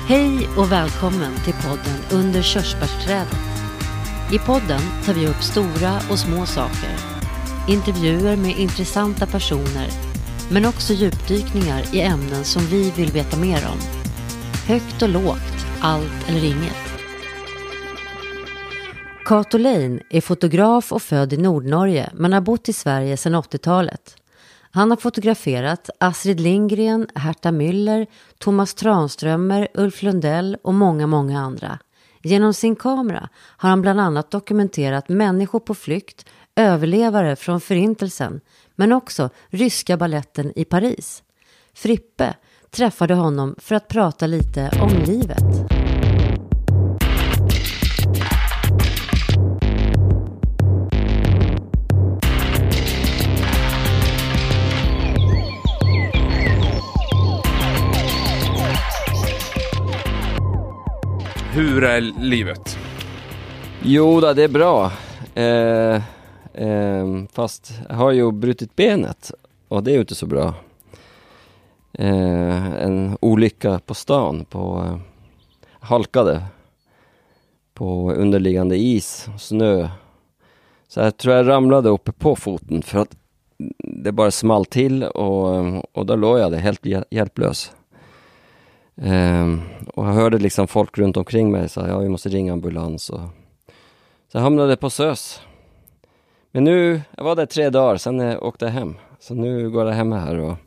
Hej och välkommen till podden Under körsbärsträdet. I podden tar vi upp stora och små saker. Intervjuer med intressanta personer, men också djupdykningar i ämnen som vi vill veta mer om. Högt och lågt, allt eller inget. Cato Lane är fotograf och född i Nordnorge men har bott i Sverige sedan 80-talet. Han har fotograferat Astrid Lindgren, Herta Müller, Thomas Tranströmer, Ulf Lundell och många andra. Genom sin kamera har han bland annat dokumenterat människor på flykt, överlevare från förintelsen, men också ryska balletten i Paris. Frippe träffade honom för att prata lite om livet. Hur är livet? Jo då, det är bra. Fast jag har ju brutit benet och det är ju inte så bra. En olycka på stan, halkade på underliggande is, snö. Så jag tror jag ramlade uppe på foten för att det bara small till och då låg jag där helt hjälplös. Och jag hörde liksom folk runt omkring mig så vi måste ringa ambulans. Så jag hamnade på SÖS. Men nu, jag var där 3 dagar, sen åkte jag hem. Så nu går jag hem här och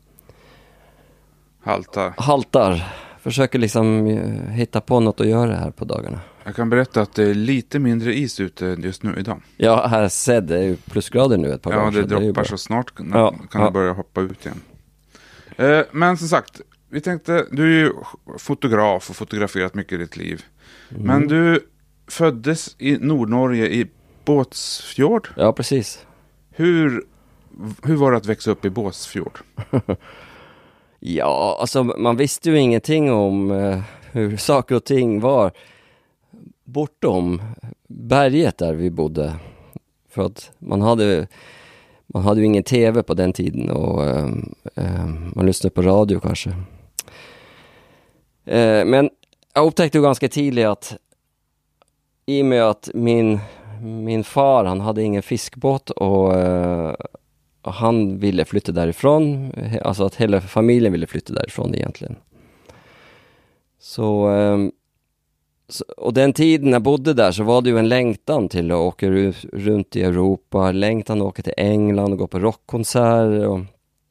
haltar. Försöker liksom hitta på något att göra här på dagarna. Jag kan berätta att det är lite mindre is ute just nu idag. Ja, här ser det är ju plusgrader nu ett par dagar. Ja, det droppar så snart kan jag börja hoppa ut igen. Men som sagt, vi tänkte, du är ju fotograf och fotograferat mycket i ditt liv. Men du föddes i Nordnorge i Båtsfjord. Ja, precis. Hur var det att växa upp i Båtsfjord? Ja, alltså man visste ju ingenting om hur saker och ting var bortom berget där vi bodde. För att man hade ju ingen tv på den tiden och man lyssnade på radio kanske. Men jag upptäckte ju ganska tidigt att i och med att min far, han hade ingen fiskbåt och han ville flytta därifrån. Alltså att hela familjen ville flytta därifrån egentligen. Så och den tiden jag bodde där så var det ju en längtan till att åka runt i Europa. Längtan att åka till England och gå på rockkonserter. Och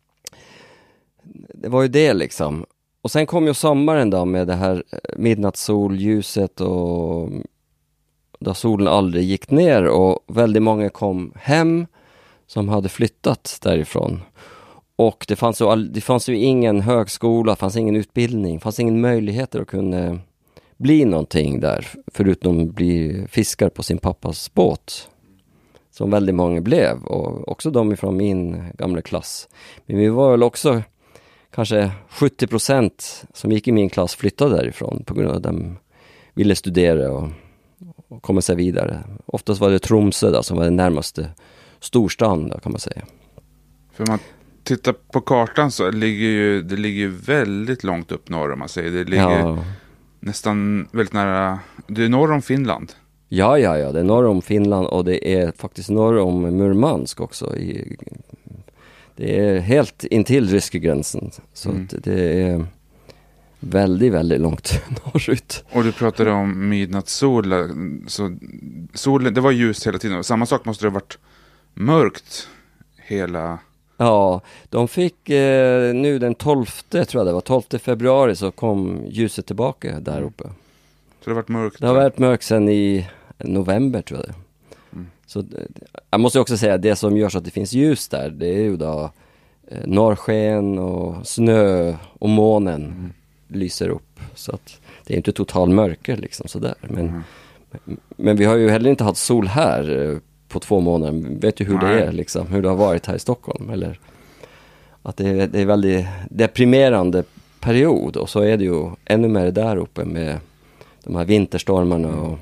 det var ju det liksom. Och sen kom ju sommaren då med det här midnattsolljuset och då solen aldrig gick ner och väldigt många kom hem som hade flyttat därifrån. Och det fanns ju ingen högskola, det fanns ingen utbildning, det fanns ingen möjligheter att kunna bli någonting där förutom att bli fiskar på sin pappas båt. Som väldigt många blev och också de ifrån min gamla klass. Men vi var väl också kanske 70% som gick i min klass flyttade därifrån på grund av att de ville studera och komma sig vidare. Oftast var det Tromsø då, som var den närmaste storstan då, kan man säga. För man tittar på kartan så det ligger ju väldigt långt upp norr om man säger. Det ligger nästan väldigt nära, det är norr om Finland. Ja, det är norr om Finland och det är faktiskt norr om Murmansk också. Det är helt intill ryska gränsen. Så det är väldigt, väldigt långt norrut. Och du pratade om midnattssol. Så solen, det var ljus hela tiden. Samma sak måste det ha varit mörkt hela... Ja, de fick nu den 12, tror jag det var, 12 februari så kom ljuset tillbaka där uppe. Så det har varit mörkt? Det har varit mörkt sedan i november tror jag det. Så jag måste också säga att det som gör så att det finns ljus där, det är ju då norrsken och snö och månen lyser upp. Så att det är inte total mörker liksom sådär. Men vi har ju heller inte haft sol här på 2 månader. Vet ju hur det är liksom, hur det har varit här i Stockholm. Eller att det är väldigt deprimerande period. Och så är det ju ännu mer där uppe med de här vinterstormarna och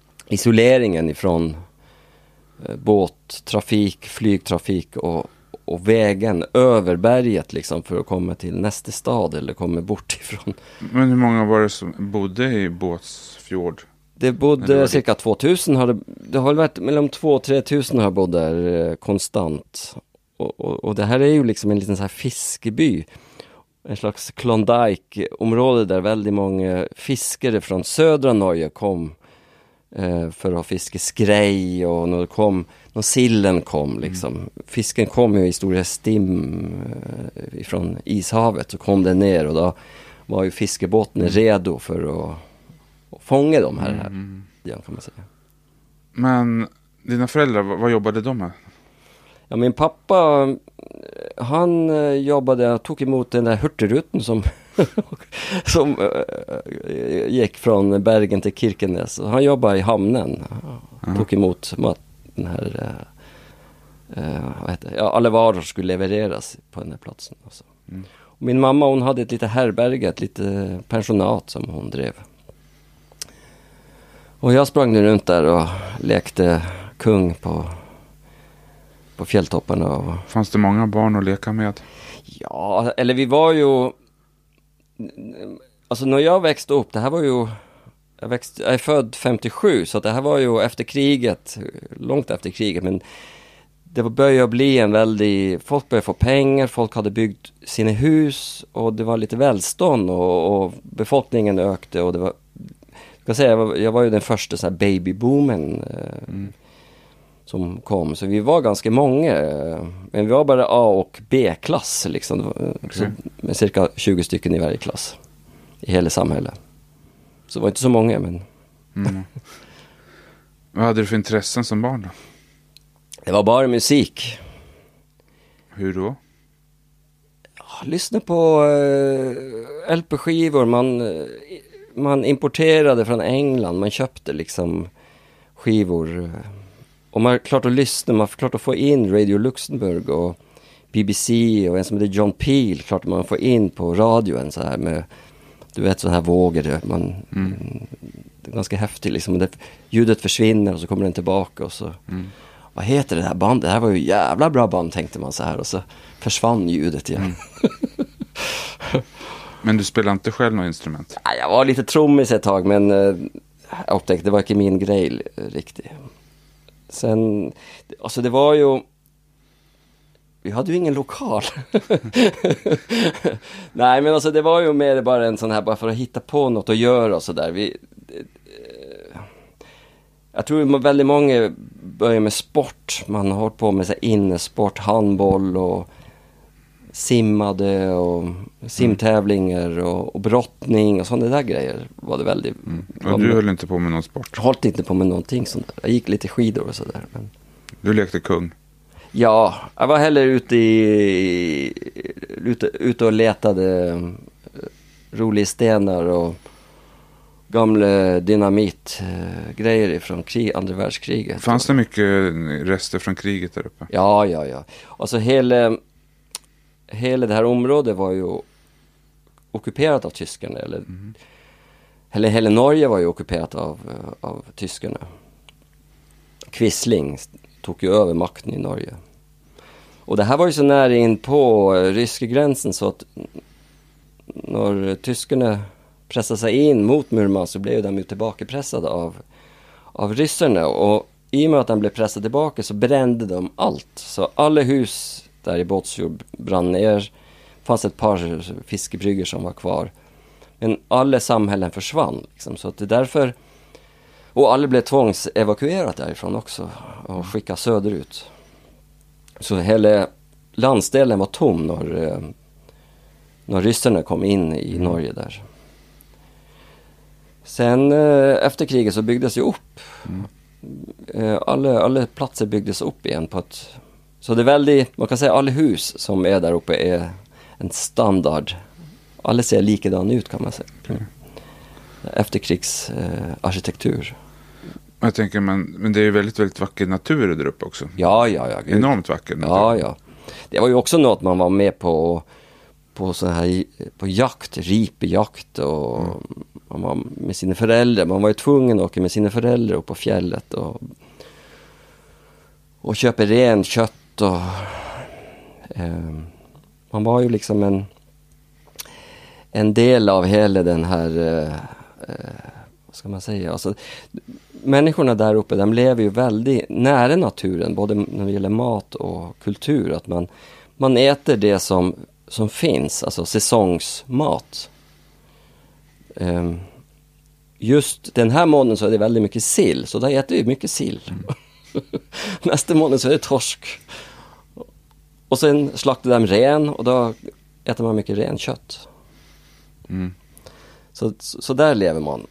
isoleringen ifrån båttrafik, flygtrafik och och vägen över berget liksom för att komma till nästa stad eller komma bort ifrån. Men hur många var det som bodde i Båtsfjord? Det bodde cirka 2000. Det har varit mellan 2 och 3 tusen har bott där konstant. Och det här är ju liksom en liten så här fiskeby. En slags Klondike-område där väldigt många fiskare från södra Norge kom för att fiska skrej och när sillen kom liksom. Fisken kom ju i stora stim från ishavet, så kom den ner och då var ju fiskebåten redo för att fånga de här kan man säga. Men dina föräldrar, vad jobbade de med? Ja, min pappa, han tog emot den där hurtigruten som gick från Bergen till Kirkenes. Han jobbade i hamnen. Tog emot den här alla varor skulle levereras på den här platsen. Alltså. Och min mamma, hon hade ett litet härberge, ett litet pensionat som hon drev. Och jag sprang runt där och lekte kung på fjälltopparna. Fanns det många barn att leka med? Ja, eller vi var ju... Alltså när jag växte upp, det här var ju... Jag är född 57, så det här var ju efter kriget, långt efter kriget, men det började bli en väldigt... Folk började få pengar, folk hade byggt sina hus och det var lite välstånd och befolkningen ökade och det var... Jag var ju den första så här babyboomen som kom, så vi var ganska många, men vi var bara A- och B-klass liksom, med cirka 20 stycken i varje klass i hela samhället. Så det var inte så många, men... Vad hade du för intressen som barn då? Det var bara musik. Hur då? Lyssna på LP-skivor. Man importerade från England. Man köpte liksom skivor. Och man klart att lyssna. Man klart att få in Radio Luxemburg och BBC och en som heter John Peel. Klart att man får in på radion så här med, du vet, så här vågor. Det är ganska häftigt liksom. Ljudet försvinner och så kommer den tillbaka och så... Vad heter det här bandet? Det här var ju jävla bra band, tänkte man så här. Och så försvann ljudet igen. Men du spelade inte själv något instrument? Nej, jag var lite trummis ett tag, men jag upptäckte det var inte min grej riktigt. Sen, alltså det var ju... Vi hade ju ingen lokal. Nej, men alltså det var ju mer bara en sån här, bara för att hitta på något att göra och sådär. Jag tror väldigt många börjar med sport. Man har hållit på med så här innesport, handboll och simmade och simtävlingar och brottning och sådana där grejer. Var det väldigt... Och du höll inte på med någon sport? Jag höll inte på med någonting sånt där. Jag gick lite skidor och sådär. Men... Du lekte kung? Ja, jag var heller ute och letade roliga stenar och gamla dynamitgrejer från andra världskriget. Fanns det mycket rester från kriget där uppe? Ja. Alltså hela det här området var ju ockuperat av tyskarna. Eller hela Norge var ju ockuperat av tyskarna. Quisling tog ju över makten i Norge. Och det här var ju så nära in på ryska gränsen så att när tyskarna pressade sig in mot Murmansk så blev de ju tillbakapressade av ryssarna. Och i och med att de blev pressade tillbaka så brände de allt. Så alla hus där i Båtsfjord brann ner. Det fanns ett par fiskebryggor som var kvar. Men alla samhällen försvann. Liksom. Så att det är därför... Och alla blev tvångsevakuerat därifrån också. Och skickade söderut. Så hela landsdelen var tom när ryssarna kom in i Norge där. Sen efter kriget så byggdes det upp. Alla platser byggdes upp igen på ett... Så det är väldigt... Man kan säga alla hus som är där uppe är en standard. Alla ser likadan ut kan man säga. Efterkrigsarkitektur. Jag tänker, men det är ju väldigt, väldigt vacker natur där uppe också. Ja. Enormt vacker natur. Ja. Det var ju också något man var med på så här, på jakt, ripejakt och man var med sina föräldrar. Man var ju tvungen att åka med sina föräldrar upp på fjället och köpa ren kött och Man var ju liksom en del av hela den här, vad ska man säga, alltså, människorna där uppe, de lever ju väldigt nära naturen, både när det gäller mat och kultur, att man äter det som finns, alltså säsongsmat. Just den här månaden så är det väldigt mycket sill, så där äter vi mycket sill. Nästa månad så är det torsk. Och sen slaktar de ren och då äter man mycket renkött. Så där lever man.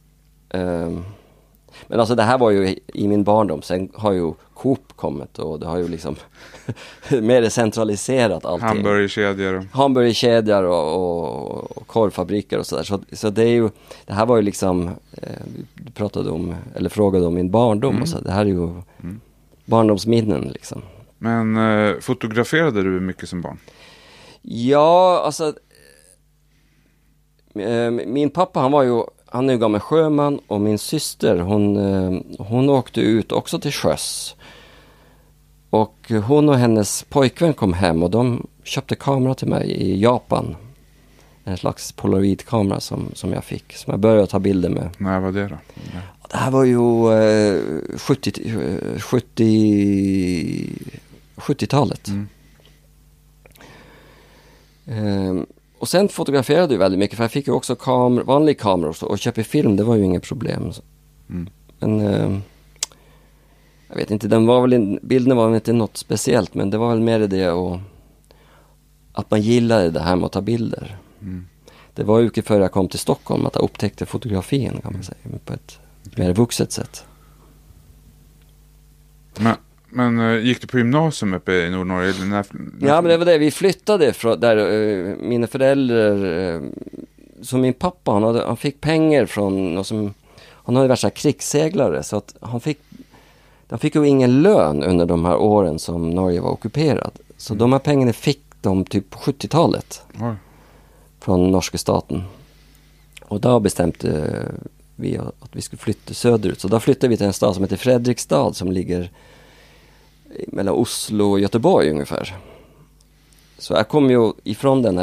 Men alltså det här var ju i min barndom. Sen har ju Coop kommit och det har ju liksom mer centraliserat allting. Hamburgerkedjor och korvfabriker och sådär. Så det är ju, det här var ju liksom, du pratade om, eller frågade om min barndom och så. Det här är ju barndomsminnen liksom. Men fotograferade du mycket som barn? Ja, alltså min pappa han är ju gammal sjöman och min syster hon åkte ut också till sjöss. Och hon och hennes pojkvän kom hem och de köpte kamera till mig i Japan. En slags polaroidkamera som jag fick, som jag började ta bilder med. När var det då? Nej. Det här var ju 70-talet. Och sen fotograferade jag väldigt mycket, för jag fick ju också vanlig kamera och köpa film, det var ju inget problem. Men jag vet inte, bilden var väl inte något speciellt, men det var väl mer det och att man gillade det här med att ta bilder. Det var ju före jag kom till Stockholm att jag upptäckte fotografin, kan man säga, på ett mer vuxet sätt. Men gick du på gymnasium uppe i Nordnorge? Ja, men det var det. Vi flyttade från där mina föräldrar, så min pappa han fick pengar från han hade varit så här krigsseglare, så att han fick ju ingen lön under de här åren som Norge var ockuperad. Så de här pengarna fick de typ på 70-talet från norska staten. Och då bestämde vi att vi skulle flytta söderut. Så då flyttade vi till en stad som heter Fredrikstad, som ligger mellan Oslo och Göteborg ungefär. Så jag kom ju ifrån den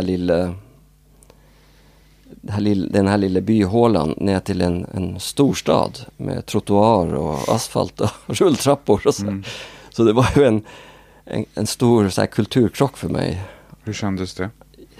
här lilla byhålan ner till en storstad med trottoar och asfalt och rulltrappor och så. Så det var ju en stor så här kulturkrock för mig. Hur kändes det?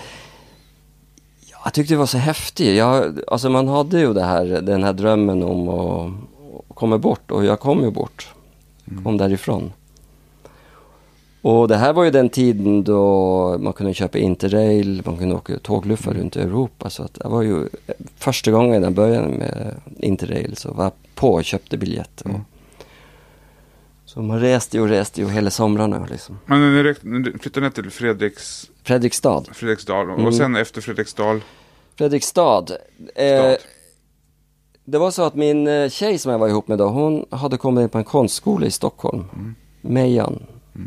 Jag tyckte det var så häftigt. Alltså man hade ju den här drömmen om att komma bort, och jag kom ju bort. Kom därifrån. Och det här var ju den tiden då man kunde köpa Interrail, man kunde åka tågluffar runt i Europa. Så att det var ju första gången jag började med Interrail, så var jag på och köpte biljett. Så man reste ju hela somrarna liksom. Men när du flyttade ner till Fredrikstad. Och sen efter Fredrikstad. Det var så att min tjej som jag var ihop med då, hon hade kommit in på en konstskola i Stockholm. Mejan.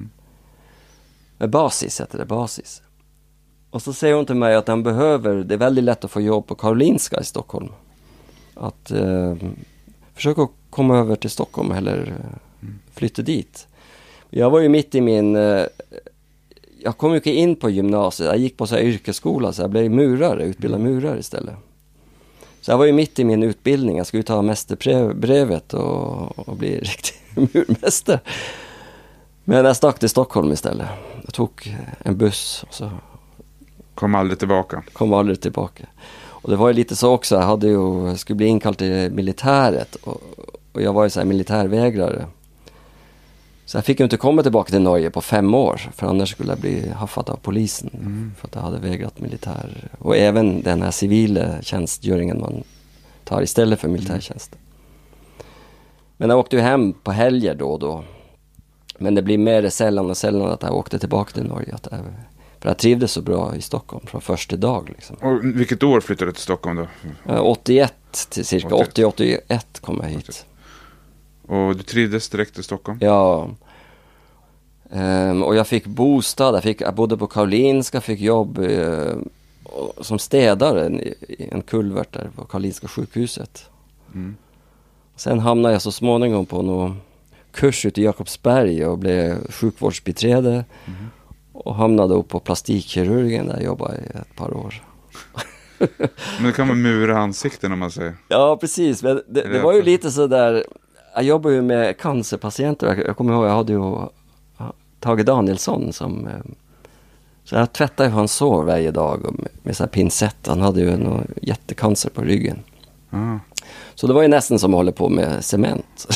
Basis heter det, Basis. Och så säger hon till mig att det är väldigt lätt att få jobb på Karolinska i Stockholm. Att försöka komma över till Stockholm eller flytta dit. Jag var ju mitt i jag kom ju inte in på gymnasiet. Jag gick på så här yrkesskola, så jag blev utbildad murare istället. Så jag var ju mitt i min utbildning. Jag skulle ta mästerbrevet och bli riktig murmästare. Men jag stack till Stockholm istället. Jag tog en buss och så kom aldrig tillbaka. Och det var ju lite så också. Jag skulle bli inkallad till militäret och jag var ju så här militärvägrare. Så jag fick ju inte komma tillbaka till Norge på 5 år, för annars skulle jag bli haffad av polisen för att jag hade vägrat militär. Och även den här civila tjänstgöringen man tar istället för militärtjänst. Men jag åkte ju hem på helger då och då. Men det blir mer sällan att jag åkte tillbaka till Norge. För jag trivdes så bra i Stockholm från första dag. Liksom. Och vilket år flyttade du till Stockholm då? 81 till cirka 80-81 kom jag hit. Och du trivdes direkt i Stockholm? Ja. Och jag fick bostad. Jag bodde på Karolinska, fick jobb som städare i en kulvert där på Karolinska sjukhuset. Sen hamnade jag så småningom på någon kurs ute i Jakobsberg och blev sjukvårdsbiträde. Och hamnade upp på plastikkirurgen där jag jobbade i ett par år. Men det kan man mura ansikten om man säger. Ja, precis. Men det var ju lite så där. Jag jobbar ju med cancerpatienter. Jag kommer ihåg, jag hade ju Tage Danielsson som... Så jag tvättade ju hans sår varje dag med så här pincett. Han hade ju en jättecancer på ryggen. Så det var ju nästan som att hålla på med cement.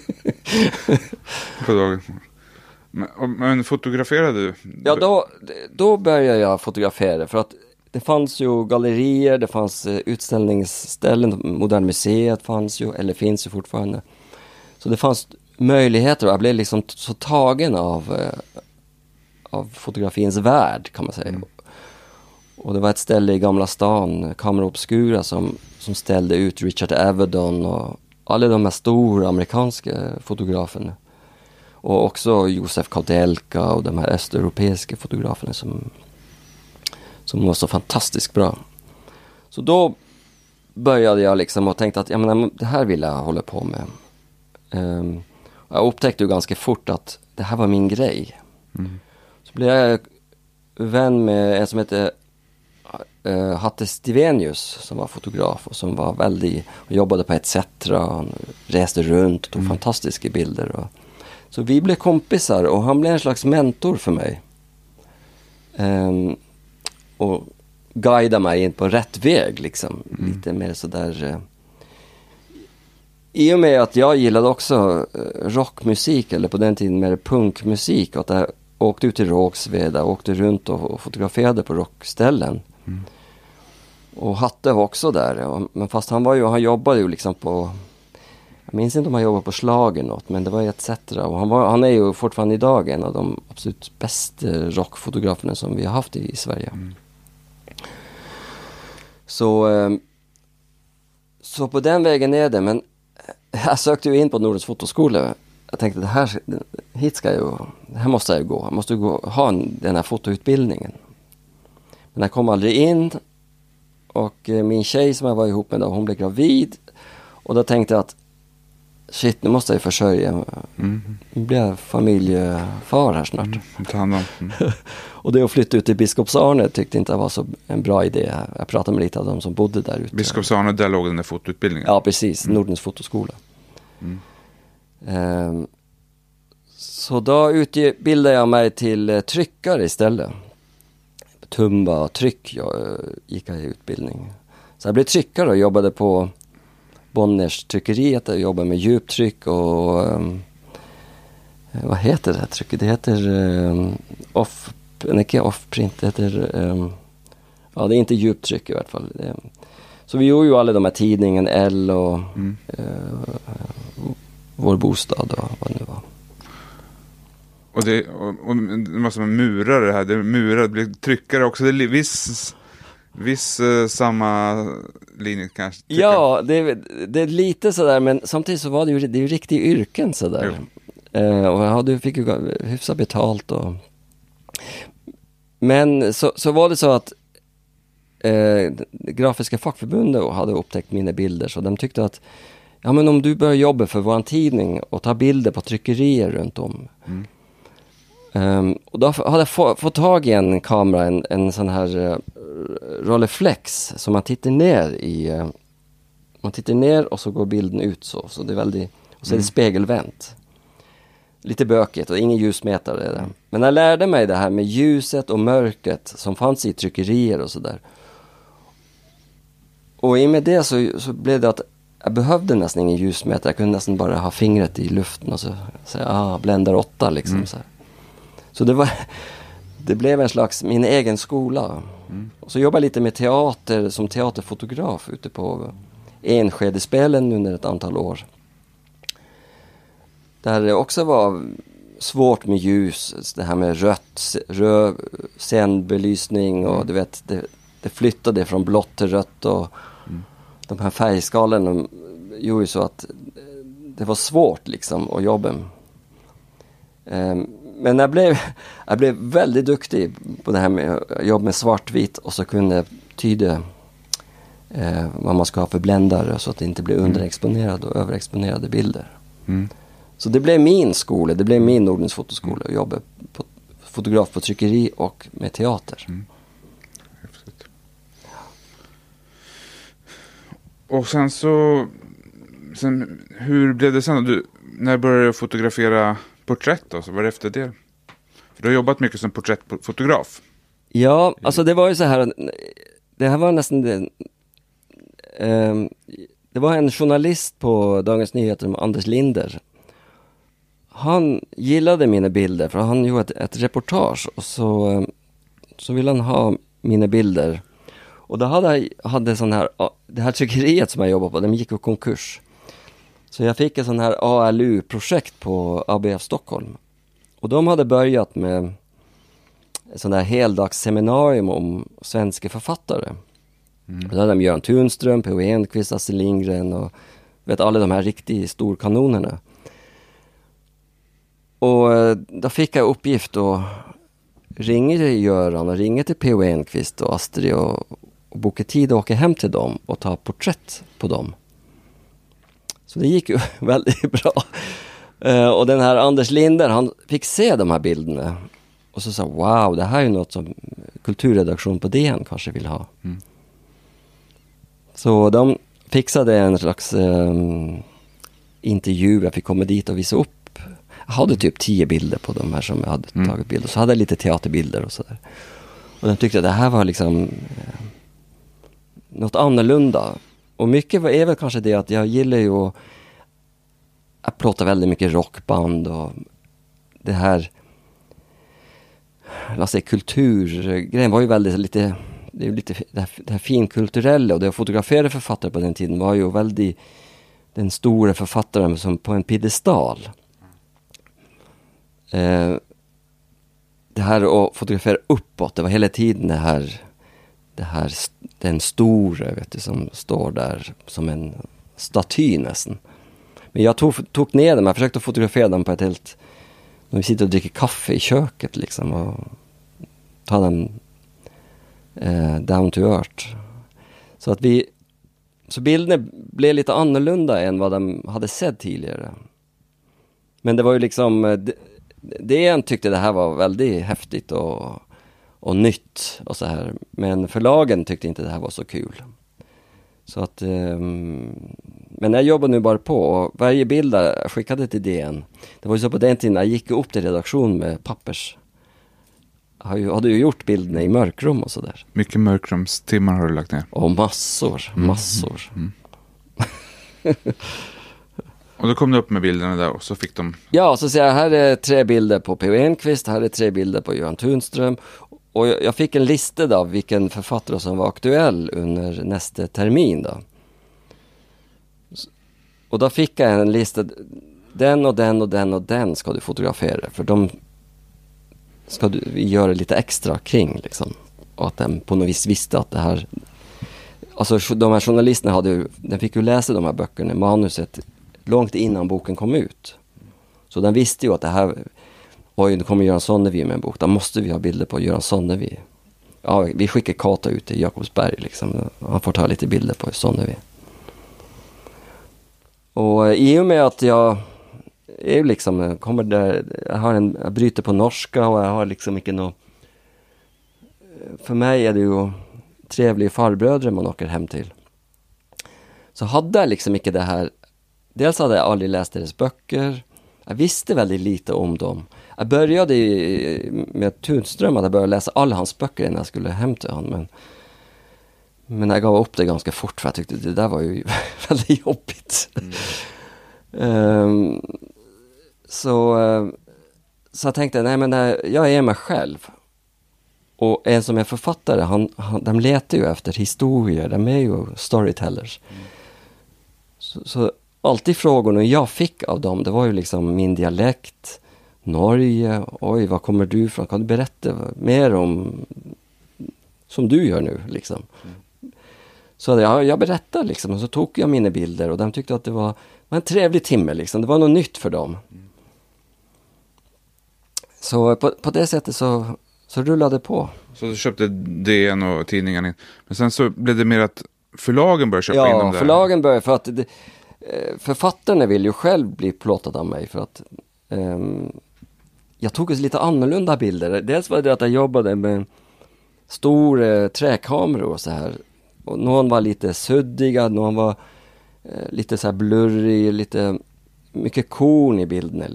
Men fotograferade du? Ja, då började jag fotografera. För att det fanns ju gallerier, det fanns utställningsställen. Moderna museet fanns ju, eller finns ju fortfarande. Så det fanns möjligheter. Jag blev liksom så tagen av fotografins värld, kan man säga. Och det var ett ställe i Gamla stan, Camera Obscura, som ställde ut Richard Avedon och alla de här stora amerikanska fotograferna. Och också Josef Koudelka och de här östeuropeiska fotograferna som var så fantastiskt bra. Så då började jag liksom och tänkte att det här vill jag hålla på med. Jag upptäckte ju ganska fort att det här var min grej. Så blev jag vän med en som heter Hatte Stivenius, som var fotograf och som var och jobbade på ETC. Han reste runt och tog fantastiska bilder. Så vi blev kompisar och han blev en slags mentor för mig. Och guidade mig in på rätt väg liksom. Lite mer sådär... I och med att jag gillade också rockmusik, eller på den tiden mer punkmusik, att jag åkte ut till Rågsveda, åkte runt och fotograferade på rockställen. Och Hatte var också där. Men fast han jobbade ju liksom på... Jag minns inte om han jobbade på Schlager något, men det var ETC. Och han är ju fortfarande idag en av de absolut bästa rockfotograferna som vi har haft i Sverige. Så på den vägen är det. Men jag sökte ju in på Nordens fotoskola. Jag tänkte det här måste jag gå. Jag måste ha den här fotoutbildningen. Men jag kom aldrig in. Och min tjej som jag var ihop med då, hon blev gravid. Och då tänkte jag att shit, nu måste jag försörja. Nu blir jag familjefar här snart. Och det att flytta ut till Biskopsarne tyckte inte jag var så en bra idé. Jag pratade med lite av dem som bodde där ute. Biskopsarne, där låg den där fotoutbildningen? Ja, precis. Nordens fotoskola. Så då utbildade jag mig till tryckare istället. Tumba tryck gick jag i utbildning. Så jag blev tryckare och jobbade på Bonners tryckeriet. Jag jobbade med djuptryck och vad heter det här trycket? Det heter off-print. Det heter det är inte djuptryck i alla fall. Så vi gjorde ju alla de här tidningen L och Vår bostad och vad det nu var. Och det måste man mura det här. Det blir tryckare också. Det är viss samma linje kanske. Ja, det är lite sådär, men samtidigt så var det är ju riktiga yrken sådär. Och jag fick ju hyfsat betalt men så var det så att Grafiska fackförbundet hade upptäckt mina bilder, så de tyckte att men om du börjar jobba för vår tidning och ta bilder på tryckerier runt om. Och då hade jag fått tag i en kamera, en sån här Rolleiflex som man tittar ner i. Man tittar ner och så går bilden ut så det är väldigt, och så är det spegelvänt. Lite bökigt och ingen ljusmätare är det. Men jag lärde mig det här med ljuset och mörkret som fanns i tryckerier och sådär. Och i och med det så blev det att jag behövde nästan ingen ljusmätare. Jag kunde nästan bara ha fingret i luften och så säga bländar 8 liksom så här. Så det blev en slags min egen skola. Och så jobbade jag lite med teater som teaterfotograf ute på Enskedespelen under ett antal år. Där det också var svårt med ljus, det här med röd scenbelysning och du vet, det flyttade från blått till rött och de här färgskalorna gjorde så att det var svårt liksom att jobba. Men jag blev väldigt duktig på det här med att jobba med svartvitt och så kunde tyda vad man ska ha för bländare så att det inte blir underexponerade och överexponerade bilder. Så det blev min skola, det blev min Nordens fotoskola att jobba fotograf på tryckeri och med teater. Häftigt. Och sen, hur blev det sen? När började du fotografera porträtt då? Så var det efter det? För du har jobbat mycket som porträttfotograf. Ja, alltså det var ju så här. Det här var nästan det var en journalist på Dagens Nyheter, Anders Linder. Han gillade mina bilder för han gjorde ett reportage och så ville han ha mina bilder. Och då hade sån här, det här tryckeriet som jag jobbade på, de gick i konkurs. Så jag fick ett sån här ALU-projekt på ABF Stockholm. Och de hade börjat med ett sån där heldagsseminarium om svenska författare. Då hade de Göran Tunström, P.O. Enquist, Astrid Lindgren och alla de här riktigt storkanonerna. Och då fick jag uppgift att ringa till Göran och ringa till P.O. Enquist och Astrid och boka tid att åka hem till dem och ta porträtt på dem. Så det gick ju väldigt bra. Och den här Anders Linder, han fick se de här bilderna. Och så sa wow, det här är ju något som kulturredaktion på DN kanske vill ha. Så de fixade en slags intervju. Jag fick komma dit och visa upp. Jag hade typ 10 bilder på de här som jag hade tagit bilder. Så hade jag lite teaterbilder och sådär. Och de tyckte att det här var liksom något annorlunda. Och mycket är väl kanske det att jag gillar ju att plåta väldigt mycket rockband och det här, låt säga, kulturgrejen var ju väldigt lite, det är ju lite det här finkulturella, och det att fotografera författare på den tiden var ju väldigt den stora författaren som på en piedestal. Det här att fotografera uppåt, det var hela tiden den stora, vet du, som står där som en staty nästan. Men jag tog ner dem, jag försökte fotografera dem på ett helt, när vi sitter och dricker kaffe i köket liksom, och ta dem down to earth. Så bilderna blev lite annorlunda än vad de hade sett tidigare. Men det var ju liksom, DN tyckte det här var väldigt häftigt och nytt och så här. Men förlagen tyckte inte det här var så kul. Så att, men jag jobbar nu bara på, och varje bild jag skickade till DN, det var ju så på den tiden jag gick upp till redaktion med pappers. Jag hade ju gjort bilderna i mörkrum och sådär. Mycket mörkrumstimmar har du lagt ner? Och massor. Och då kom du upp med bilderna där och så fick de... Ja, så säger jag, här är 3 bilder på P.O. Enquist, här är 3 bilder på Göran Tunström. Och jag fick en lista då, vilken författare som var aktuell under nästa termin då. Och då fick jag en lista, den och den och den och den ska du fotografera. För de ska du göra lite extra kring liksom. Och att den på något vis visste att det här... Alltså de här journalisterna den fick ju läsa de här böckerna, manuset, långt innan boken kom ut. Så den visste ju att det här... Oj, nu kommer Göran Sonnevi med en bok. Då måste vi ha bilder på Göran Sonnevi. Ja, vi skickar Kata ut till Jakobsberg liksom. Han får ta lite bilder på Sonnevi. Och i och med att jag är liksom, kommer där, jag bryter på norska och jag har liksom inte något, för mig är det ju trevliga farbröder man åker hem till. Så hade jag liksom inte det här, dels hade jag aldrig läst deras böcker, jag visste väldigt lite om dem. Jag började med Tunström, att jag började läsa alla hans böcker innan jag skulle hem till honom, men jag gav upp det ganska fort för jag tyckte det där var ju väldigt jobbigt. Så jag tänkte, nej men jag är mig själv. Och en som är författare, de letar ju efter historier, de är ju storytellers. Så alltid frågorna jag fick av dem, det var ju liksom min dialekt, Norge, oj, var kommer du ifrån? Kan du berätta mer om, som du gör nu liksom? Så jag berättade liksom, och så tog jag mina bilder och de tyckte att det var en trevlig timme liksom. Det var något nytt för dem. Så på det sättet så rullade det på. Så du köpte DN och tidningen in. Men sen så blev det mer att förlagen började köpa in dem där. Ja, förlagen började för att författarna vill ju själv bli plåtad av mig för att jag tog lite annorlunda bilder. Dels var det att jag jobbade med stora träkameror och så här. Och någon var lite suddiga, någon var lite så här blurrig, lite mycket korn i bilden.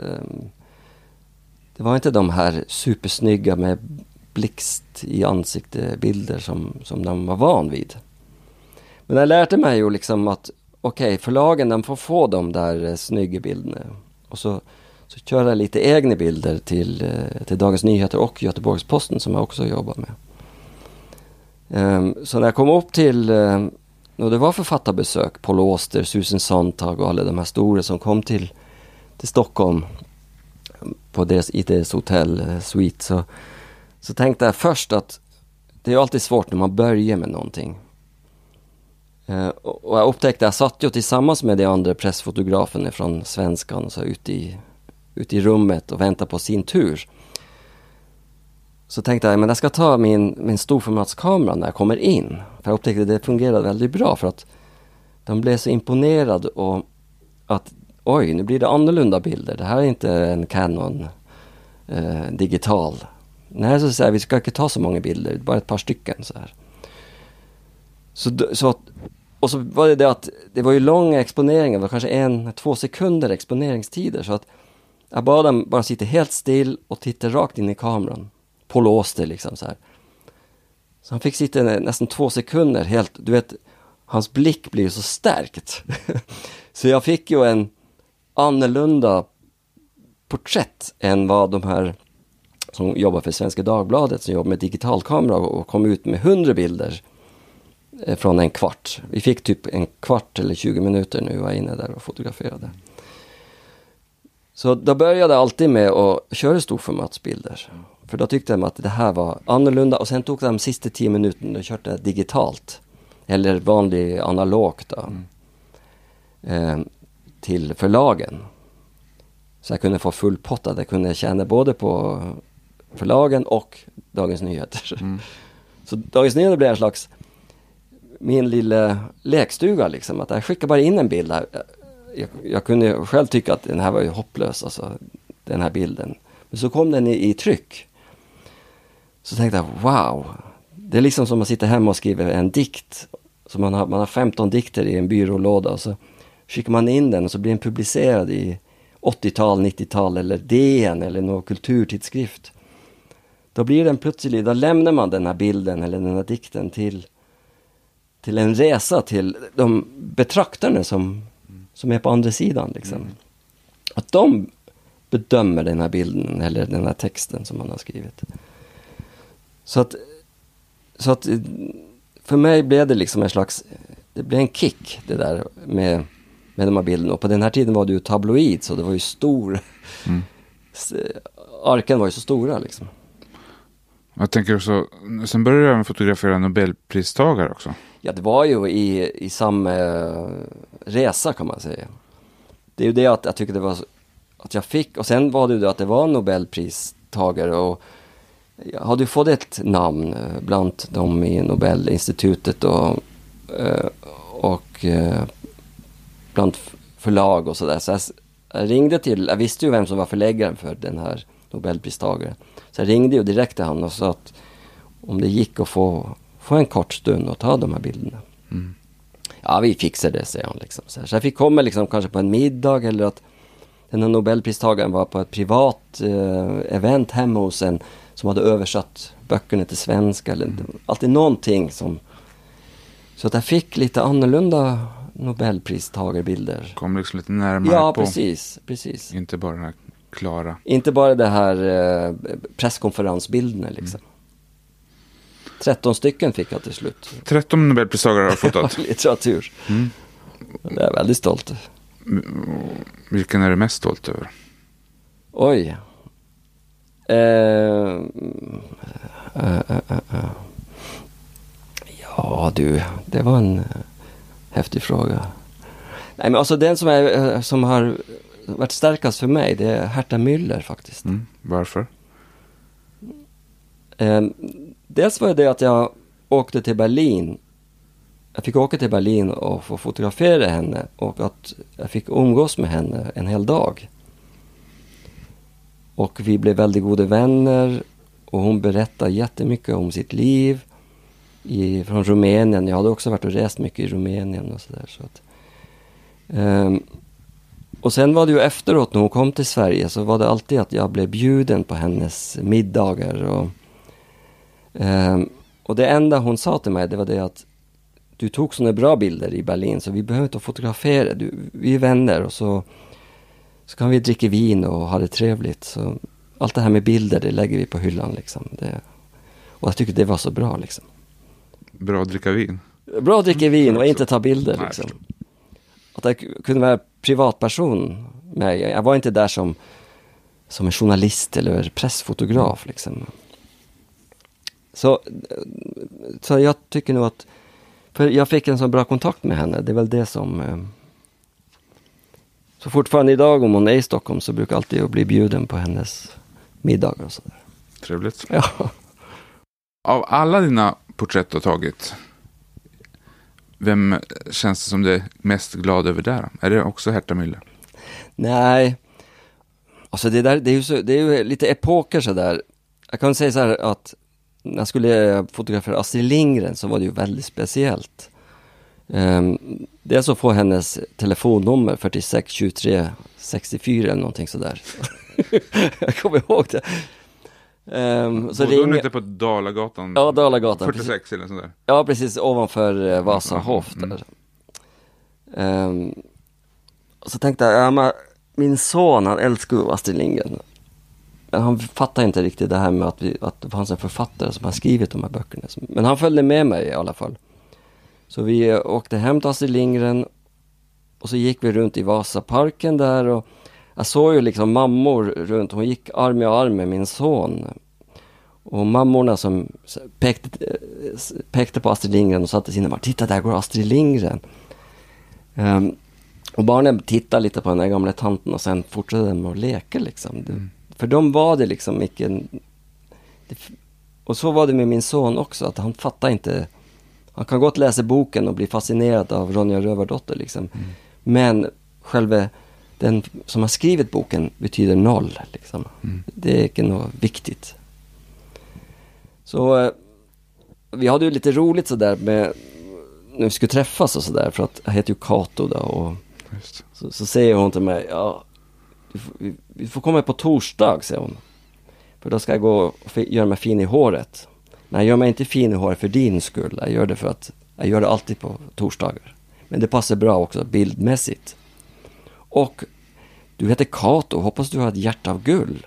Det var inte de här supersnygga med blixt i ansiktebilder som de var van vid. Men jag lärde mig ju liksom att förlagen de får få de där snygga bilderna. Och så kör jag lite egna bilder till Dagens Nyheter och Göteborgs-Posten som jag också jobbar med. Så när jag kom upp till, och det var författarbesök, Paul Auster, Susan Sontag och alla de här stora som kom till Stockholm i deras hotell suite, så tänkte jag först att det är alltid svårt när man börjar med någonting. Och jag upptäckte, jag satt ju tillsammans med de andra pressfotograferna från Svenskan och så ute i rummet och väntade på sin tur. Så tänkte jag, men jag ska ta min storformatskamera när jag kommer in. För jag upptäckte att det fungerade väldigt bra för att de blev så imponerade och att oj, nu blir det annorlunda bilder. Det här är inte en Canon digital. Nej, så säger vi ska inte ta så många bilder, bara ett par stycken så här. Och så var det att det var ju långa exponeringar, det var kanske 1-2 sekunder exponeringstider, så att jag bad dem bara sitta helt still och titta rakt in i kameran. Paul Auster liksom så här. Så han fick sitta nästan 2 sekunder helt, du vet, hans blick blir så stärkt. Så jag fick ju en annorlunda porträtt än vad de här som jobbar för Svenska Dagbladet, som jobbar med digitalkamera och kom ut med 100 bilder från en kvart. Vi fick typ en kvart eller 20 minuter nu, var jag inne där och fotograferade. Så då började jag alltid med att köra storformatsbilder. För då tyckte de att det här var annorlunda. Och sen tog de sista 10 minuterna och körde digitalt. Eller vanlig analogt då. Till förlagen. Så jag kunde få full pott. Jag kunde tjäna både på förlagen och Dagens Nyheter. Så Dagens Nyheter blev en slags min lilla lekstuga liksom. Att jag skickade bara in en bild här. Jag kunde själv tycka att den här var ju hopplös, alltså, den här bilden. Men så kom den i tryck. Så tänkte jag, wow. Det är liksom som att sitta hemma och skriva en dikt. Så man har 15 dikter i en byrålåda och så skickar man in den och så blir den publicerad i 80-tal, 90-tal eller DN eller någon kulturtidskrift. Då blir den plötsligt, då lämnar man den här bilden eller den här dikten till en resa till de betraktarna som är på andra sidan liksom. Att de bedömer den här bilden eller den här texten som man har skrivit. Så att för mig blev det liksom en slags, det blev en kick det där med de här bilderna. Och på den här tiden var det ju tabloid, så det var ju stor arken var ju så stora liksom. Jag tänker också, sen började jag fotografera Nobelpristagare också. Ja, det var ju i samma resa kan man säga. Det är ju det att jag tycker det var att jag fick, och sen var det ju det att det var Nobelpristagare och jag hade ju fått ett namn bland dem i Nobelinstitutet och bland förlag och sådär. Så jag ringde jag visste ju vem som var förläggaren för den här Nobelpristagaren. Så jag ringde ju direkt till han och sa att om det gick att få en kort stund och ta de här bilderna. Ja, vi fixar det, säger han liksom. Så jag fick komma liksom kanske på en middag eller att den här Nobelpristagaren var på ett privat event hemma hos en som hade översatt böckerna till svenska eller alltid någonting som, så att jag fick lite annorlunda Nobelpristagarbilder. Kom liksom lite närmare ja, på. Precis. Inte bara den här klara. Inte bara det här presskonferensbilderna liksom. 13 stycken fick jag till slut. 13 Nobelpristagare har fotat. Litteratur. Det är jag väldigt stolt. Vilken är du mest stolt över? Oj. Ja du, det var en häftig fråga. Nej, men alltså den som har varit starkast för mig, det är Herta Müller faktiskt. Varför? Dels var det att jag åkte till Berlin. Jag fick åka till Berlin och få fotografera henne och att jag fick umgås med henne en hel dag. Och vi blev väldigt goda vänner. Och hon berättade jättemycket om sitt liv från Rumänien. Jag hade också varit och rest mycket i Rumänien och sådär. Så att, och sen var det ju efteråt när hon kom till Sverige så var det alltid att jag blev bjuden på hennes middagar. Och det enda hon sa till mig det var det att du tog såna bra bilder i Berlin så vi behöver inte fotografera. Vi är vänner och så kan vi dricka vin och ha det trevligt. Så allt det här med bilder det lägger vi på hyllan liksom. Och jag tycker det var så bra liksom. Bra att dricka vin? Bra att dricka vin och inte ta bilder liksom. Att jag kunde vara privatperson med. Jag var inte där som en journalist eller pressfotograf liksom. Så jag tycker nog att för jag fick en så bra kontakt med henne. Det är väl det som så fortfarande idag om hon är i Stockholm så brukar alltid jag bli bjuden på hennes middagar och sådär. Trevligt. Ja. Av alla dina porträtt du har tagit, vem känns det som du är mest glad över där? Är det också Herta Müller? Nej. Alltså det är ju lite epoker sådär. Jag kan säga så här att när jag skulle fotografera Astrid Lindgren så var det ju väldigt speciellt. Det är så få hennes telefonnummer 46 23 64 eller någonting sådär. Jag kommer ihåg det. Så ringer inte på Dalagatan. Ja, Dalagatan 46 precis. Eller sådär. Ja, precis ovanför Vasahof där. Och så tänkte jag, min son han älskar ju Astrid Lindgren. Men han fattar inte riktigt det här med att det fanns en författare som har skrivit de här böckerna. Men han följde med mig i alla fall. Så vi åkte hem till Astrid Lindgren och så gick vi runt i Vasaparken där och jag såg ju liksom mammor runt. Hon gick arm i arm med min son. Och mammorna som pekte på Astrid Lindgren och satte sina barn. Titta, där går Astrid Lindgren. Och barnen tittade lite på den där gamla tanten och sen fortsatte de att leka liksom. För de var det liksom mycket... Och så var det med min son också, att han fattar inte... Han kan gott läsa boken och bli fascinerad av Ronja Rövardotter liksom. Men själva den som har skrivit boken betyder noll liksom. Det är inte något viktigt. Så vi hade ju lite roligt sådär med när vi skulle träffas och sådär, för att jag heter ju Kato då och så säger hon till mig, ja, vi får komma på torsdag, säger hon. För då ska jag gå och göra mig fin i håret. Nej, jag gör mig inte fin i håret för din skull. Jag gör det för att jag gör det alltid på torsdagar. Men det passar bra också bildmässigt. Och du heter Kato, hoppas du har ett hjärta av guld.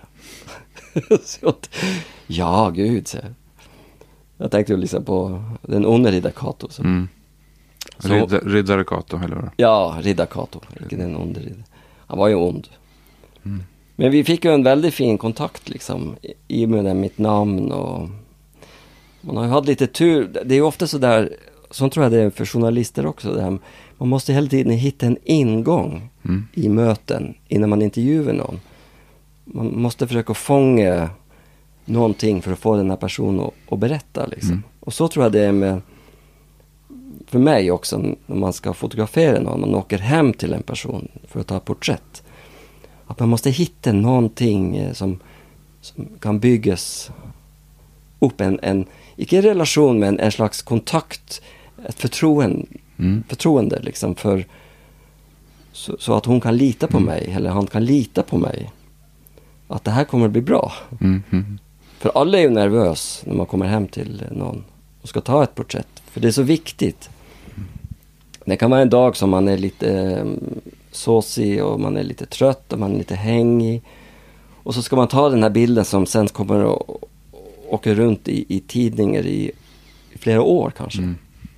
Ja, gud, säger jag tänkte ju liksom på den onde riddar Kato. Riddare Kato, eller vad? Ja, riddar Kato, inte den onde riddare. Han var ju ond. Men vi fick ju en väldigt fin kontakt liksom, i och med mitt namn och man har ju haft lite tur. Det är ju ofta så där, så tror jag det är för journalister också, det här, man måste hela tiden hitta en ingång i möten innan man intervjuar någon. Man måste försöka fånga någonting för att få den här personen att berätta liksom. Och så tror jag det är med för mig också när man ska fotografera någon, man åker hem till en person för att ta porträtt. Att man måste hitta någonting som kan byggas upp en icke en relation men en slags kontakt, ett förtroende liksom för så att hon kan lita på mig eller han kan lita på mig. Att det här kommer att bli bra. För alla är ju nervös när man kommer hem till någon och ska ta ett porträtt. För det är så viktigt. Det kan vara en dag som man är lite såsig och man är lite trött och man är lite hängig. Och så ska man ta den här bilden som sen kommer att åka runt i tidningar i flera år kanske.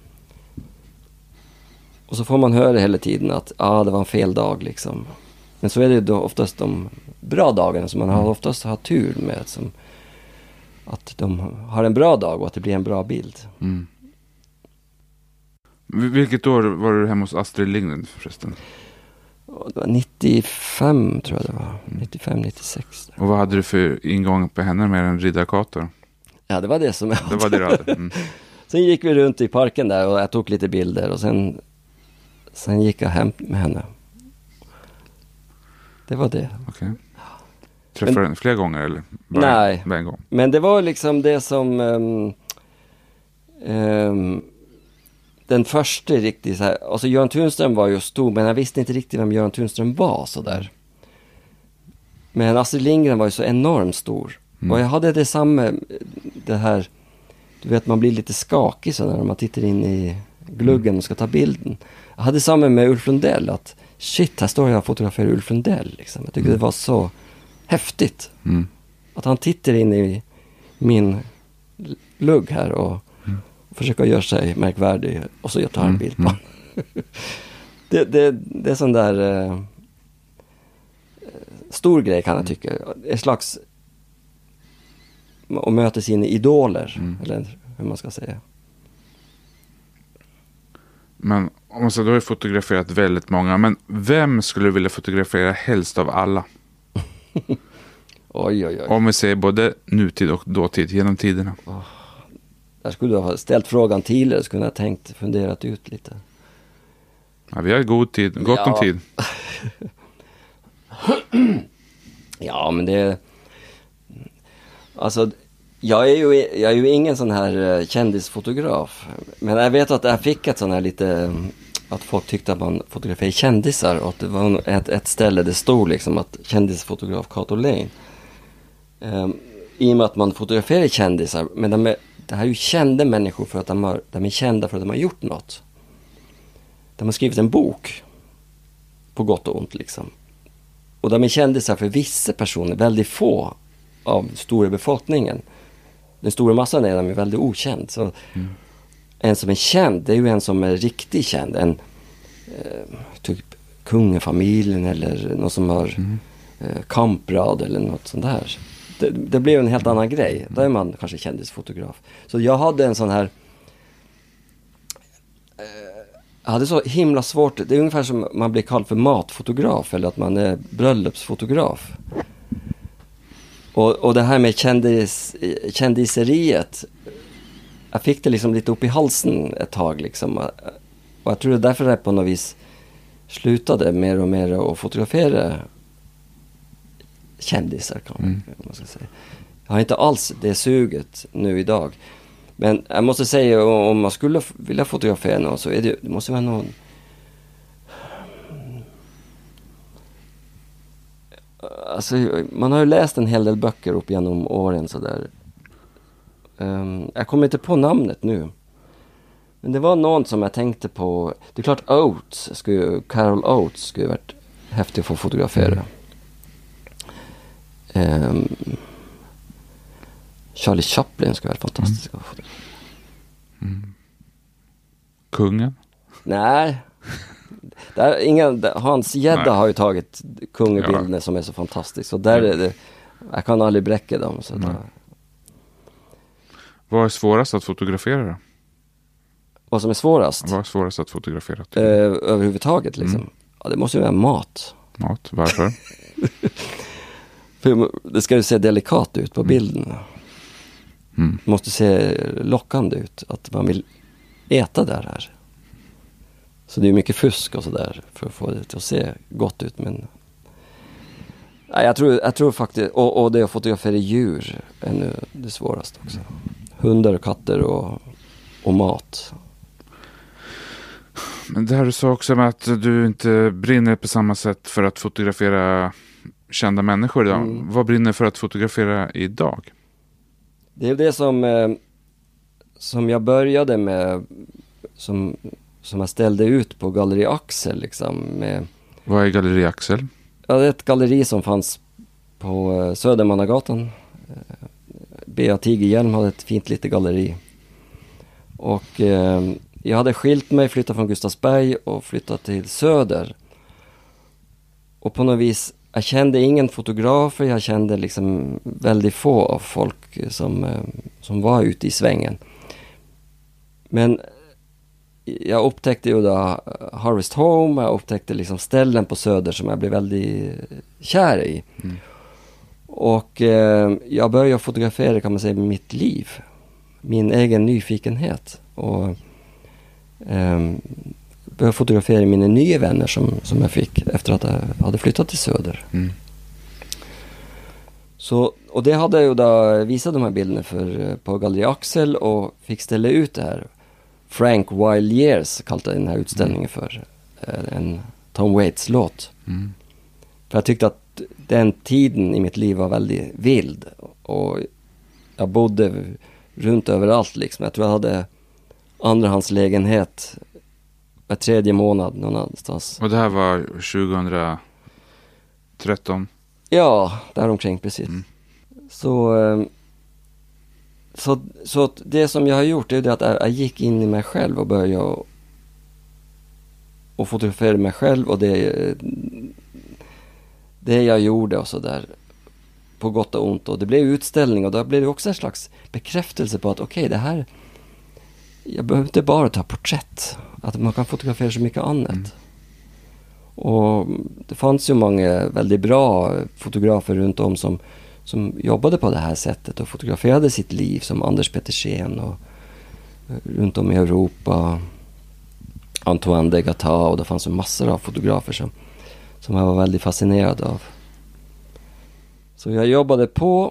Och så får man höra hela tiden att det var en fel dag liksom. Men så är det då oftast de bra dagarna som man har oftast har tur med, som att de har en bra dag och att det blir en bra bild. Vilket år var du hemma hos Astrid Lindgren förresten? Det var 95 tror jag det var. 95, 96. Och vad hade du för ingång på henne med en riddarkator? Ja, det var det som jag hade. Det var det du hade. Sen gick vi runt i parken där och jag tog lite bilder och sen gick jag hem med henne. Det var det. Okej. Träffade den flera gånger eller bara nej, en gång? Men det var liksom det som den första riktigt så här, alltså Göran Tunström var ju stor, men jag visste inte riktigt vem Göran Tunström var så där. Men Astrid Lindgren var ju så enormt stor. Och jag hade detsamma, det här, du vet, man blir lite skakig så när man tittar in i gluggen och ska ta bilden. Jag hade samma med Ulf Lundell, att shit, här står jag och fotograferar Ulf Lundell liksom. Jag tycker det var så häftigt. Att han tittar in i min lugg här och försöker göra sig märkvärdig och så jag tar en bild på honom. Det är sån där stor grej kan jag tycka. En slags att möta sina idoler eller hur man ska säga. Men om man säger, du har ju fotograferat väldigt många, men vem skulle du vilja fotografera helst av alla? Oj. Om vi säger både nutid och dåtid genom tiderna. Där skulle du ha ställt frågan tidigare, så kunde jag tänkt funderat ut lite. Ja, vi har gott om tid. Ja, men det... Alltså, jag är ju ingen sån här kändisfotograf. Men jag vet att jag fick ett sån här lite... Att folk tyckte att man fotograferade kändisar. Och att det var ett ställe det stod liksom att kändisfotograf Cato Lane. I och med att man fotograferar kändisar. Men det här är ju kända människor för att de är kända för att de har gjort något. De har skrivit en bok. På gott och ont liksom. Och de är kändisar för vissa personer. Väldigt få av stora befolkningen. Den stora massan är de väldigt okänd. Så en som är känd, det är ju en som är riktigt känd. En typ kungafamiljen eller någon som har kamprad eller något sånt där. Det blir en helt annan grej. Då är man kanske kändisfotograf. Så jag hade en sån här... Jag hade så himla svårt. Det är ungefär som man blir kallad för matfotograf eller att man är bröllopsfotograf. Och det här med kändiseriet, jag fick det liksom lite upp i halsen ett tag liksom. Och jag tror det är därför det på något vis slutade mer och mer att fotografera kändisar kan man ska säga. Jag har inte alls det suget nu idag. Men jag måste säga, om man skulle vilja fotografera någon så är det måste vara någon... Alltså, man har ju läst en hel del böcker upp genom åren så där. Jag kommer inte på namnet nu. Men det var någon som jag tänkte på. Det är klart Carol Oates skulle varit häftig att få fotografera. Charlie Chaplin skulle vara fantastisk att fotografera. Kungen? Nej. Hans Gedda har ju tagit kungabilderna som är så fantastiskt. Så där är det, jag kan aldrig bräcka dem. Så vad är svårast att fotografera då? Vad som är svårast? Vad är svårast att fotografera? Överhuvudtaget liksom. Ja, det måste ju vara mat. Mat, varför? För det ska ju se delikat ut på bilden. Det måste se lockande ut. Att man vill äta där här. Så det är mycket fusk och sådär för att få det att se gott ut. Men nej, jag tror faktiskt, och det att fotografera djur är nu det svåraste också. Hundar och katter och mat. Men det här du sa också med att du inte brinner på samma sätt för att fotografera kända människor idag. Vad brinner för att fotografera idag? Det är det som jag började med, som jag ställde ut på Galleri Axel liksom med... Vad är Galleri Axel? Ja, det är ett galleri som fanns på Södermannagatan. Bea Tigerhjelm hade ett fint litet galleri. Och jag hade skilt mig, flyttat från Gustavsberg och flyttat till Söder. Och på något vis, jag kände ingen fotografer, jag kände liksom väldigt få av folk som var ute i svängen. Men jag upptäckte ju då Harvest Home, jag upptäckte liksom ställen på Söder som jag blev väldigt kär i. Och jag började fotografera, kan man säga, mitt liv. Min egen nyfikenhet. Och började fotografera mina nya vänner som jag fick efter att jag hade flyttat till Söder. Så, och det hade jag ju då visat de här bilderna på Galleri Axel och fick ställa ut det här. Frank Wild Years kallade den här utställningen för. En Tom Waits låt. Mm. För jag tyckte att den tiden i mitt liv var väldigt vild. Och jag bodde runt överallt liksom. Jag tror jag hade andrahandslägenhet var tredje månad någonstans. Och det här var 2013? Ja, däromkring precis. Mm. Så det som jag har gjort är det att jag gick in i mig själv och började och fotografera mig själv och det jag gjorde och så där på gott och ont. Och det blev utställning och då blev det också en slags bekräftelse på att okej, det här, jag behöver inte bara ta porträtt. Att man kan fotografera så mycket annat. Mm. Och det fanns ju många väldigt bra fotografer runt om som jobbade på det här sättet och fotograferade sitt liv, som Anders Petersen och runt om i Europa, Antoine Degatta, och det fanns ju massor av fotografer som jag var väldigt fascinerad av. Så jag jobbade på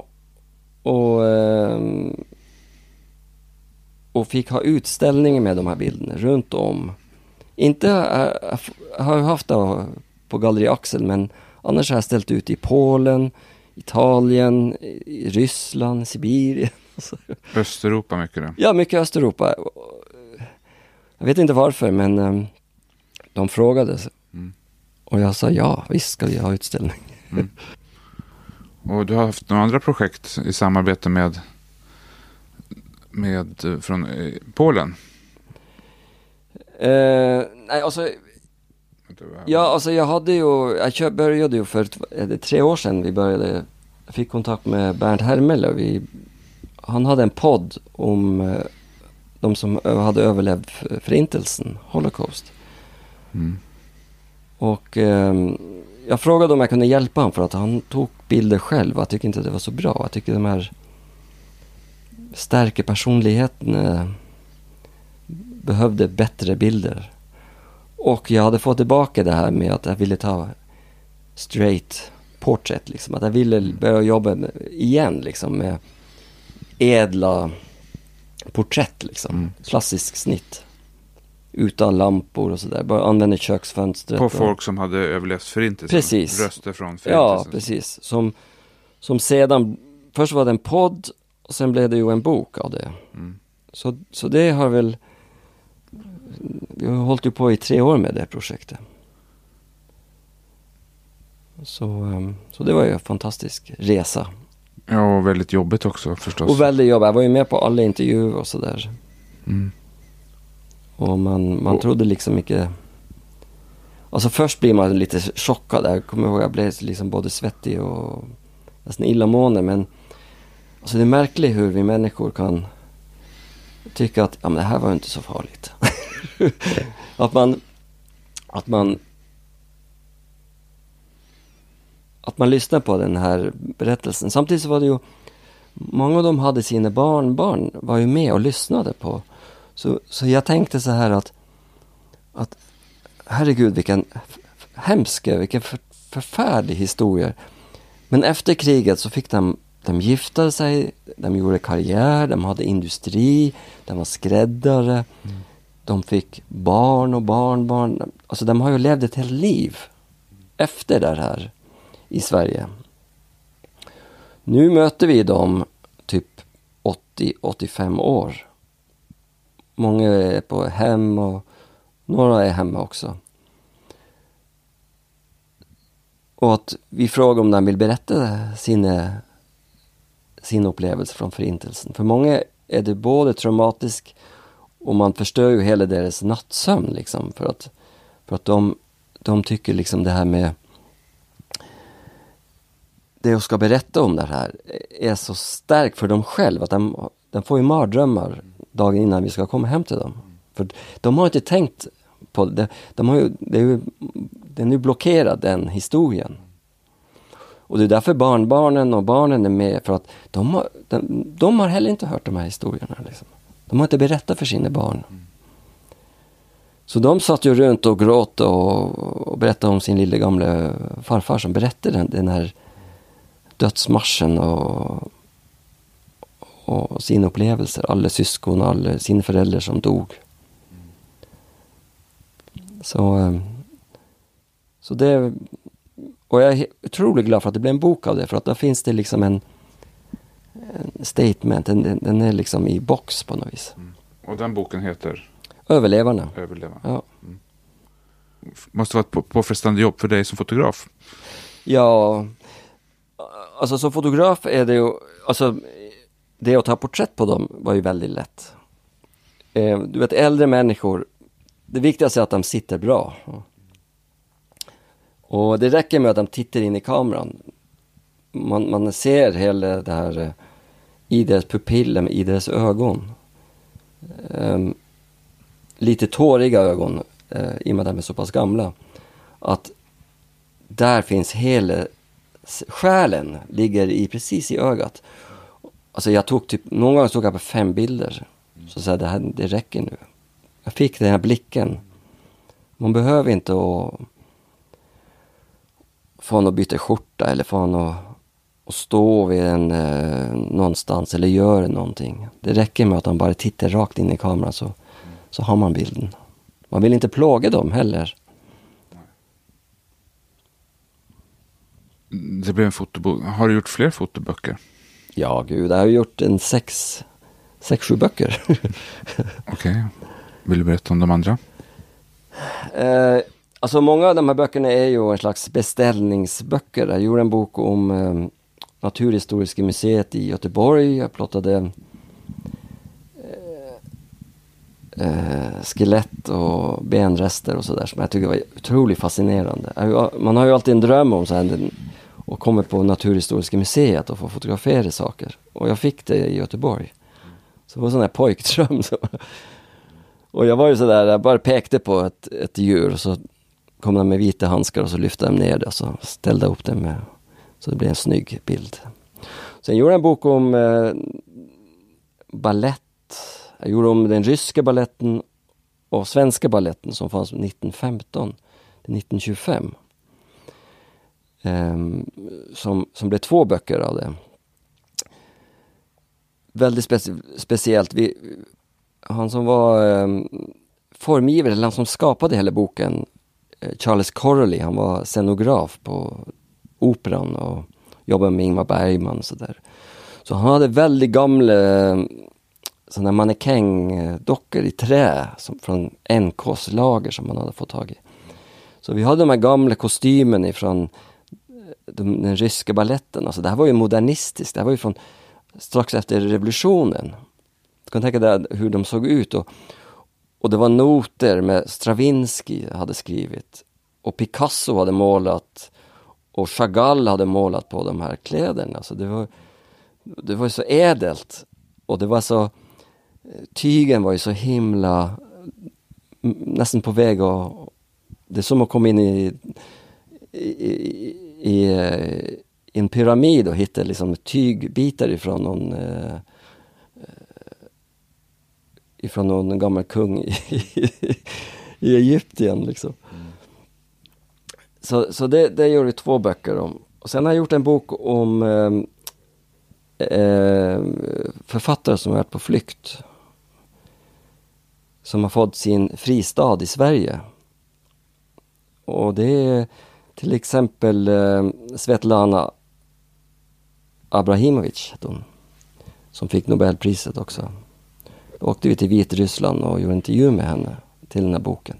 och fick ha utställningar med de här bilderna runt om. Inte har jag haft det på Galleri Axel, men annars har jag ställt ut i Polen, Italien, i Ryssland, Sibirien. Östeuropa mycket då? Ja, mycket Östeuropa. Jag vet inte varför, men de frågade. Mm. Och jag sa ja, visst ska vi ha utställning. Mm. Och du har haft några andra projekt i samarbete med från Polen? Nej, alltså... Ja, alltså jag började ju för 3 år sedan. Jag fick kontakt med Bernt Hermele. Han hade en podd om de som hade överlevt förintelsen, Holocaust. Mm. Och jag frågade om jag kunde hjälpa honom för att han tog bilder själv. Jag tycker inte att det var så bra. Jag tycker de här stärker personligheten behövde bättre bilder. Och jag hade fått tillbaka det här med att jag ville ta straight portrait liksom. Att jag ville börja jobba igen liksom med ädla porträtt liksom. Mm. Klassisk snitt. Utan lampor och sådär. Bara använda köksfönstret. På folk som hade överlevt förintelsen. Precis. Röster från förintelsen. Ja, precis. Som sedan, först var det en podd och sen blev det ju en bok av det. Mm. Så det har väl, vi har hållit ju på i 3 år med det projektet. Så det var ju en fantastisk resa. Ja, och väldigt jobbigt också förstås. Och väldigt jobbigt. Jag var ju med på alla intervjuer och sådär. Mm. Och man trodde liksom inte... Alltså först blir man lite chockad. Jag kommer ihåg, jag blev liksom både svettig och nästan illamående. Men alltså det är märkligt hur vi människor kan tycka att ja, men det här var inte så farligt. att man lyssnar på den här berättelsen. Samtidigt så var det ju många av dem hade sina barnbarn var ju med och lyssnade på. Så jag tänkte så här att herregud vilken förfärlig historia. Men efter kriget så fick de giftade sig, de gjorde karriär, de hade industri, de var skräddare, de fick barn och barnbarn. Alltså de har ju levt ett helt liv efter det här i Sverige. Nu möter vi dem typ 80-85 år. Många är på hem och några är hemma också. Och att vi frågar om de vill berätta sin upplevelse från förintelsen. För många är det både traumatisk och man förstör ju hela deras nattsömn liksom. För att de tycker liksom det här med det jag ska berätta om det här är så starkt för dem själv att de får ju mardrömmar dagen innan vi ska komma hem till dem. För de har inte tänkt på det. Den är blockerad, den historien. Och det är därför barnbarnen och barnen är med. För att de har heller inte hört de här historierna. Liksom. De har inte berättat för sina barn. Så de satt ju runt och gråt och berättade om sin lilla gamla farfar som berättade den här dödsmarschen och sina upplevelser. Alla syskon och alla sina föräldrar som dog. Så det, och jag är otroligt glad för att det blev en bok av det, för att där finns det liksom en statement, den är liksom i box på något vis. Och den boken heter? Överlevarna. Ja. Måste vara ett påfrestande jobb för dig som fotograf. Ja, alltså som fotograf är det ju, alltså det att ta porträtt på dem var ju väldigt lätt. Du vet, äldre människor, det viktigaste är att de sitter bra. Och det räcker med att de tittar in i kameran. Man ser hela det här i deras pupiller, i deras ögon. Lite tåriga ögon, i och med att de är så pass gamla. Att där finns hela själen, ligger precis i ögat. Alltså jag tog någon gång tog jag på 5 bilder. Så sa jag, det räcker nu. Jag fick den här blicken. Man behöver inte få någon att byta skjorta eller få någon att stå vid någonstans eller göra någonting. Det räcker med att han bara tittar rakt in i kameran, så har man bilden. Man vill inte plåga dem heller. Det blev en fotobok. Har du gjort fler fotoböcker? Ja, gud. Jag har gjort 6-7 böcker. Okej. Vill du berätta om de andra? Alltså många av de här böckerna är ju en slags beställningsböcker. Jag gjorde en bok om Naturhistoriska museet i Göteborg. Jag plottade skelett och benrester och sådär som jag tycker var otroligt fascinerande. Man har ju alltid en dröm om så här, och kommer på Naturhistoriska museet och få fotografera saker. Och jag fick det i Göteborg. Så det var en sån här pojkdröm. Och jag var ju sådär, jag bara pekade på ett djur och så kom de med vita handskar och så lyfte de ner det och så ställde upp det så det blev en snygg bild. Sen gjorde jag en bok om ballett. Jag gjorde om den ryska balletten och svenska balletten som fanns 1915 till 1925. Som blev 2 böcker av det. Väldigt speciellt. Han som var formgivare, eller han som skapade hela boken, Charles Corley, han var scenograf på operan och jobbade med Ingmar Bergman och sådär. Så han hade väldigt gamla sådana mannekängdockor i trä från NKs lager som man hade fått tag i. Så vi hade de här gamla kostymen ifrån den ryska balletten. Alltså det här var ju modernistiskt. Det här var ju från strax efter revolutionen. Du kan tänka dig hur de såg ut. Och det var noter med Stravinsky hade skrivit. Och Picasso hade målat. Och Chagall hade målat på de här kläderna. Alltså det var så ädelt. Och det var så... Tygen var ju så himla... Nästan på väg och... Det är som att komma in i en pyramid och hitta liksom tygbitar ifrån någon gammal kung i Egypten liksom. Så det gjorde 2 böcker om. Och sen har jag gjort en bok om författare som har varit på flykt. Som har fått sin fristad i Sverige. Och det är till exempel Svetlana Abrahimovic som fick Nobelpriset också. Då åkte vi till Vitryssland och gjorde en intervju med henne till den här boken.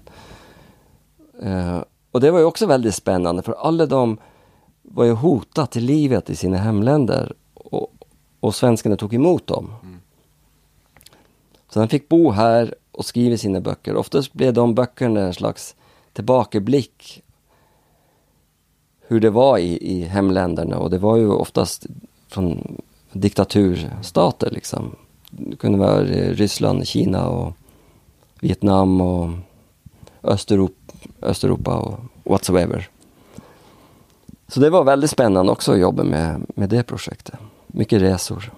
Och det var ju också väldigt spännande, för alla de var ju hotat till livet i sina hemländer och svenskarna tog emot dem. Så han fick bo här och skriva sina böcker. Oftast blev de böckerna en slags tillbakablick hur det var i hemländerna, och det var ju oftast från diktaturstater liksom. Det kunde vara Ryssland, Kina och Vietnam och Östeuropa och whatsoever. Så det var väldigt spännande också att jobba med det projektet. Mycket resor.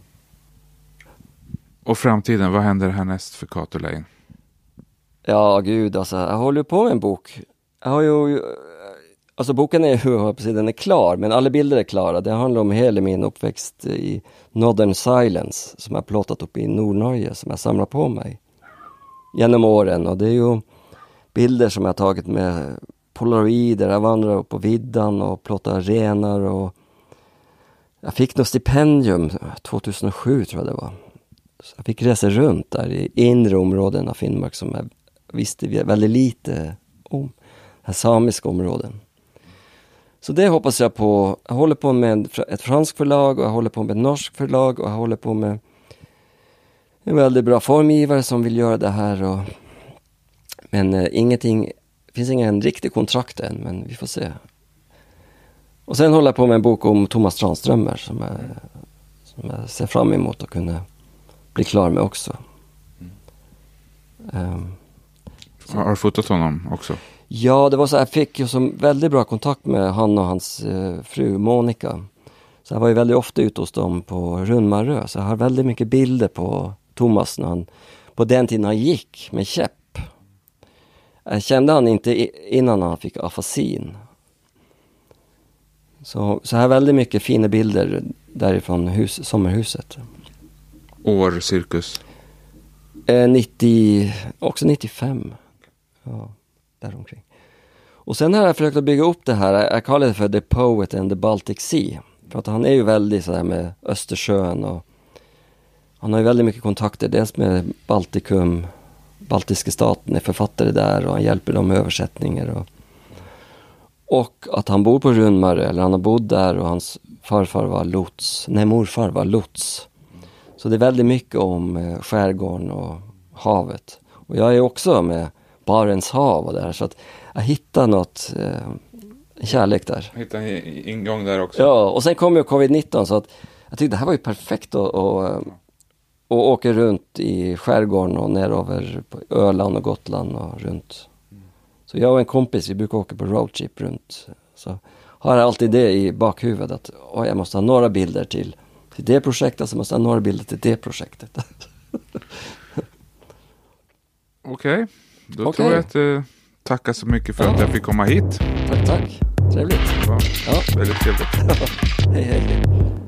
Och framtiden, vad händer härnäst för Cato Lane? Ja, gud alltså, jag håller på med en bok. Jag har ju Alltså boken den är klar, men alla bilder är klara. Det handlar om hela min uppväxt i Northern Silence som jag plåtat upp i Nordnorge, som jag samlar på mig genom åren. Och det är ju bilder som jag har tagit med polaroider. Jag vandrar upp på viddan och plåtar renar. Och jag fick något stipendium 2007 tror jag det var. Så jag fick resa runt där i inre områden av Finnmark som jag visste väldigt lite om. Här samiska områden. Så det hoppas jag på. Jag håller på med ett franskt förlag och jag håller på med ett norskt förlag och jag håller på med en väldigt bra formgivare som vill göra det här. Men det finns ingen riktig kontrakt än, men vi får se. Och sen håller jag på med en bok om Thomas Tranströmer som jag ser fram emot att kunna bli klar med också. Har du fotat honom också? Ja, det var så jag fick ju som väldigt bra kontakt med han och hans fru Monica. Så jag var ju väldigt ofta ute hos dem på Runmarö. Så jag har väldigt mycket bilder på Thomas när han, på den tiden han gick med käpp. Jag kände han inte innan han fick afasin. Så jag har väldigt mycket fina bilder därifrån sommarhuset. År cirkus? också 95. Ja, däromkring. Och sen har jag försökt att bygga upp det här. Jag kallar det för The Poet and the Baltic Sea. För att han är ju väldigt så här med Östersjön och han har ju väldigt mycket kontakter. Dels med Baltikum, baltiska staten är författare där och han hjälper dem med översättningar. Och att han bor på Runmarö, eller han har bott där och hans morfar var lots. Så det är väldigt mycket om skärgården och havet. Och jag är också med Barents hav och där, så att jag hittar något kärlek där. Jag hittar en ingång där också. Ja, och sen kom ju covid-19 så att jag tyckte det här var ju perfekt att åka runt i skärgården och ner över på Öland och Gotland och runt. Så jag och en kompis, vi brukar åka på roadtrip runt. Så har jag alltid det i bakhuvudet att jag måste ha några bilder till det projektet, så måste jag ha några bilder till det projektet. Okej. Då tror jag att tacka så mycket för att jag fick komma hit. Tack. Trevligt. Ja. Väldigt trevligt. Hej.